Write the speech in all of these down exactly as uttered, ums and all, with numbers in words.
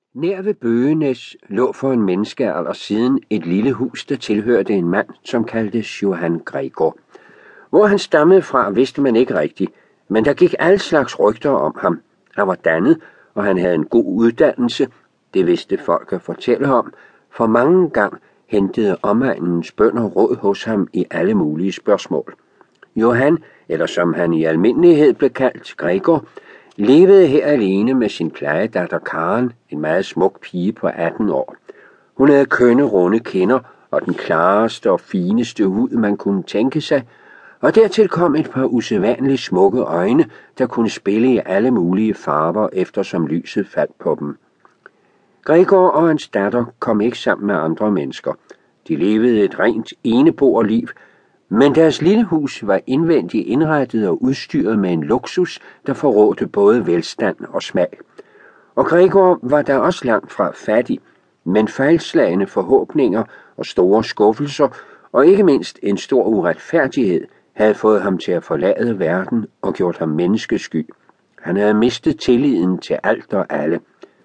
Nær ved Bøgenæs lå for en menneskealder siden et lille hus, der tilhørte en mand, som kaldtes Johan Gregor. Hvor han stammede fra, vidste man ikke rigtigt, men der gik alle slags rygter om ham. Han var dannet, og han havde en god uddannelse. Det vidste folk at fortælle om, for mange gang hentede omegnens bønder råd hos ham i alle mulige spørgsmål. Johan, eller som han i almindelighed blev kaldt, Gregor, levede her alene med sin plejedatter Karen, en meget smuk pige på atten år. Hun havde kønne, runde kinder og den klareste og fineste hud, man kunne tænke sig, og dertil kom et par usædvanligt smukke øjne, der kunne spille i alle mulige farver, eftersom lyset faldt på dem. Gregor og hans datter kom ikke sammen med andre mennesker. De levede et rent eneboerliv, men deres lille hus var indvendigt indrettet og udstyret med en luksus, der forrådte både velstand og smag. Og Gregor var der også langt fra fattig, men fejlslagende forhåbninger og store skuffelser, og ikke mindst en stor uretfærdighed, havde fået ham til at forlade verden og gjort ham menneskesky. Han havde mistet tilliden til alt og alle.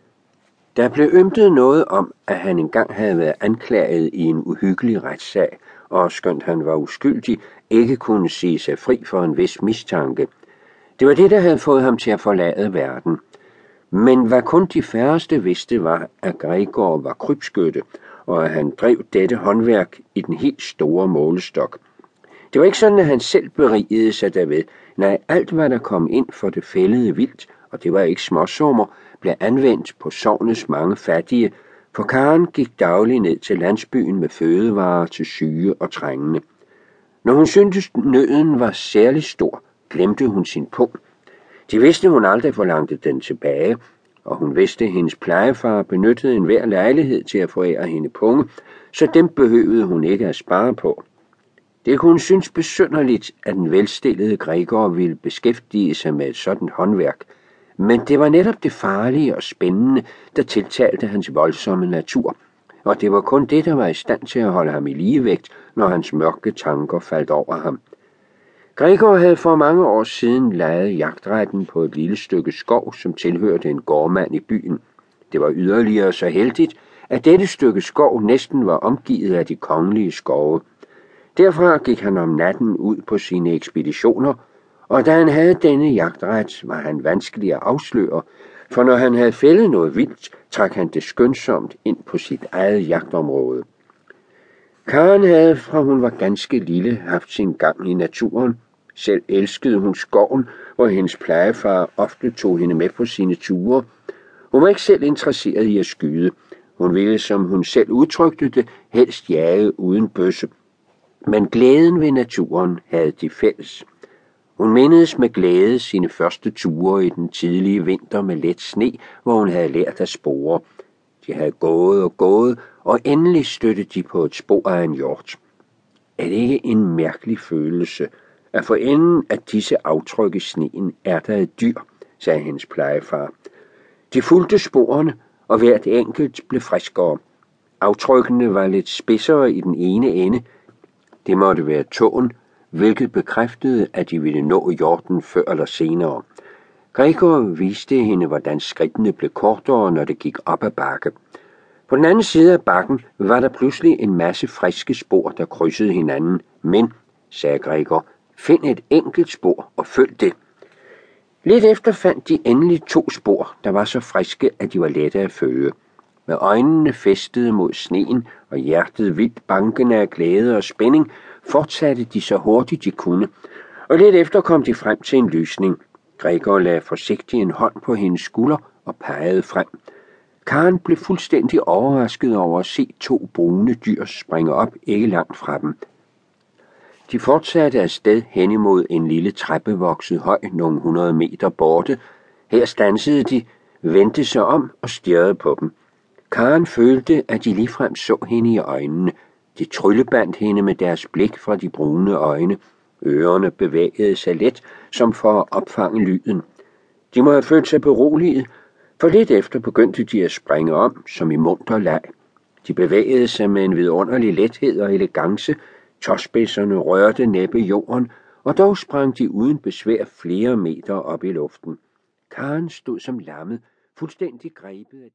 Der blev ømtet noget om, at han engang havde været anklaget i en uhyggelig retssag, og skønt han var uskyldig, ikke kunne sige sig fri for en vis mistanke. Det var det, der havde fået ham til at forlade verden. Men hvad kun de færreste vidste var, at Gregor var krybskytte, og at han drev dette håndværk i den helt store målestok. Det var ikke sådan, at han selv berigede sig derved. Nej, alt hvad der kom ind for det fældede vildt, og det var ikke småsummer, blev anvendt på sognets mange fattige, for Karen gik dagligt ned til landsbyen med fødevarer til syge og trængende. Når hun syntes nøden var særlig stor, glemte hun sin pung. De vidste, hun aldrig forlangte den tilbage, og hun vidste, at hendes plejefar benyttede enhver lejlighed til at forære hende punge, så dem behøvede hun ikke at spare på. Det kunne hun synes besynderligt, at den velstillede Gregor ville beskæftige sig med et sådan håndværk, men det var netop det farlige og spændende, der tiltalte hans voldsomme natur, og det var kun det, der var i stand til at holde ham i ligevægt, når hans mørke tanker faldt over ham. Gregor havde for mange år siden lejet jagtretten på et lille stykke skov, som tilhørte en gårdmand i byen. Det var yderligere så heldigt, at dette stykke skov næsten var omgivet af de kongelige skove. Derfra gik han om natten ud på sine ekspeditioner, og da han havde denne jagtret, var han vanskelig at afsløre, for når han havde fældet noget vildt, trak han det skønsomt ind på sit eget jagtområde. Karen havde, fra hun var ganske lille, haft sin gang i naturen. Selv elskede hun skoven, hvor hendes plejefar ofte tog hende med på sine ture. Hun var ikke selv interesseret i at skyde. Hun ville, som hun selv udtrykte det, helst jage uden bøsse. Men glæden ved naturen havde de fælles. Hun mindedes med glæde sine første ture i den tidlige vinter med let sne, hvor hun havde lært at spore. De havde gået og gået, og endelig støttede de på et spor af en hjort. Er det ikke en mærkelig følelse, at for enden af disse aftryk i sneen er der et dyr, sagde hendes plejefar. De fulgte sporene, og hvert enkelt blev friskere. Aftrykkene var lidt spidsere i den ene ende. Det måtte være tåen, hvilket bekræftede, at de ville nå hjorten før eller senere. Gregor viste hende, hvordan skridtene blev kortere, når det gik op ad bakke. På den anden side af bakken var der pludselig en masse friske spor, der krydsede hinanden. Men, sagde Gregor, find et enkelt spor og følg det. Lidt efter fandt de endelig to spor, der var så friske, at de var lette at følge. Med øjnene fæstede mod sneen og hjertet vildt bankende af glæde og spænding, fortsatte de så hurtigt de kunne, og lidt efter kom de frem til en lysning. Gregor lagde forsigtigt en hånd på hendes skulder og pegede frem. Karen blev fuldstændig overrasket over at se to brune dyr springe op ikke langt fra dem. De fortsatte afsted hen imod en lille træbevokset høj nogle hundrede meter borte. Her stansede de, vendte sig om og stirrede på dem. Karen følte, at de ligefrem så hende i øjnene. De tryllebandt hende med deres blik fra de brune øjne. Ørerne bevægede sig let, som for at opfange lyden. De må have følt sig beroliget, for lidt efter begyndte de at springe om, som i munter leg. De bevægede sig med en vidunderlig lethed og elegance. Tåspidserne rørte næppe jorden, og dog sprang de uden besvær flere meter op i luften. Karen stod som lammet, fuldstændig grebet af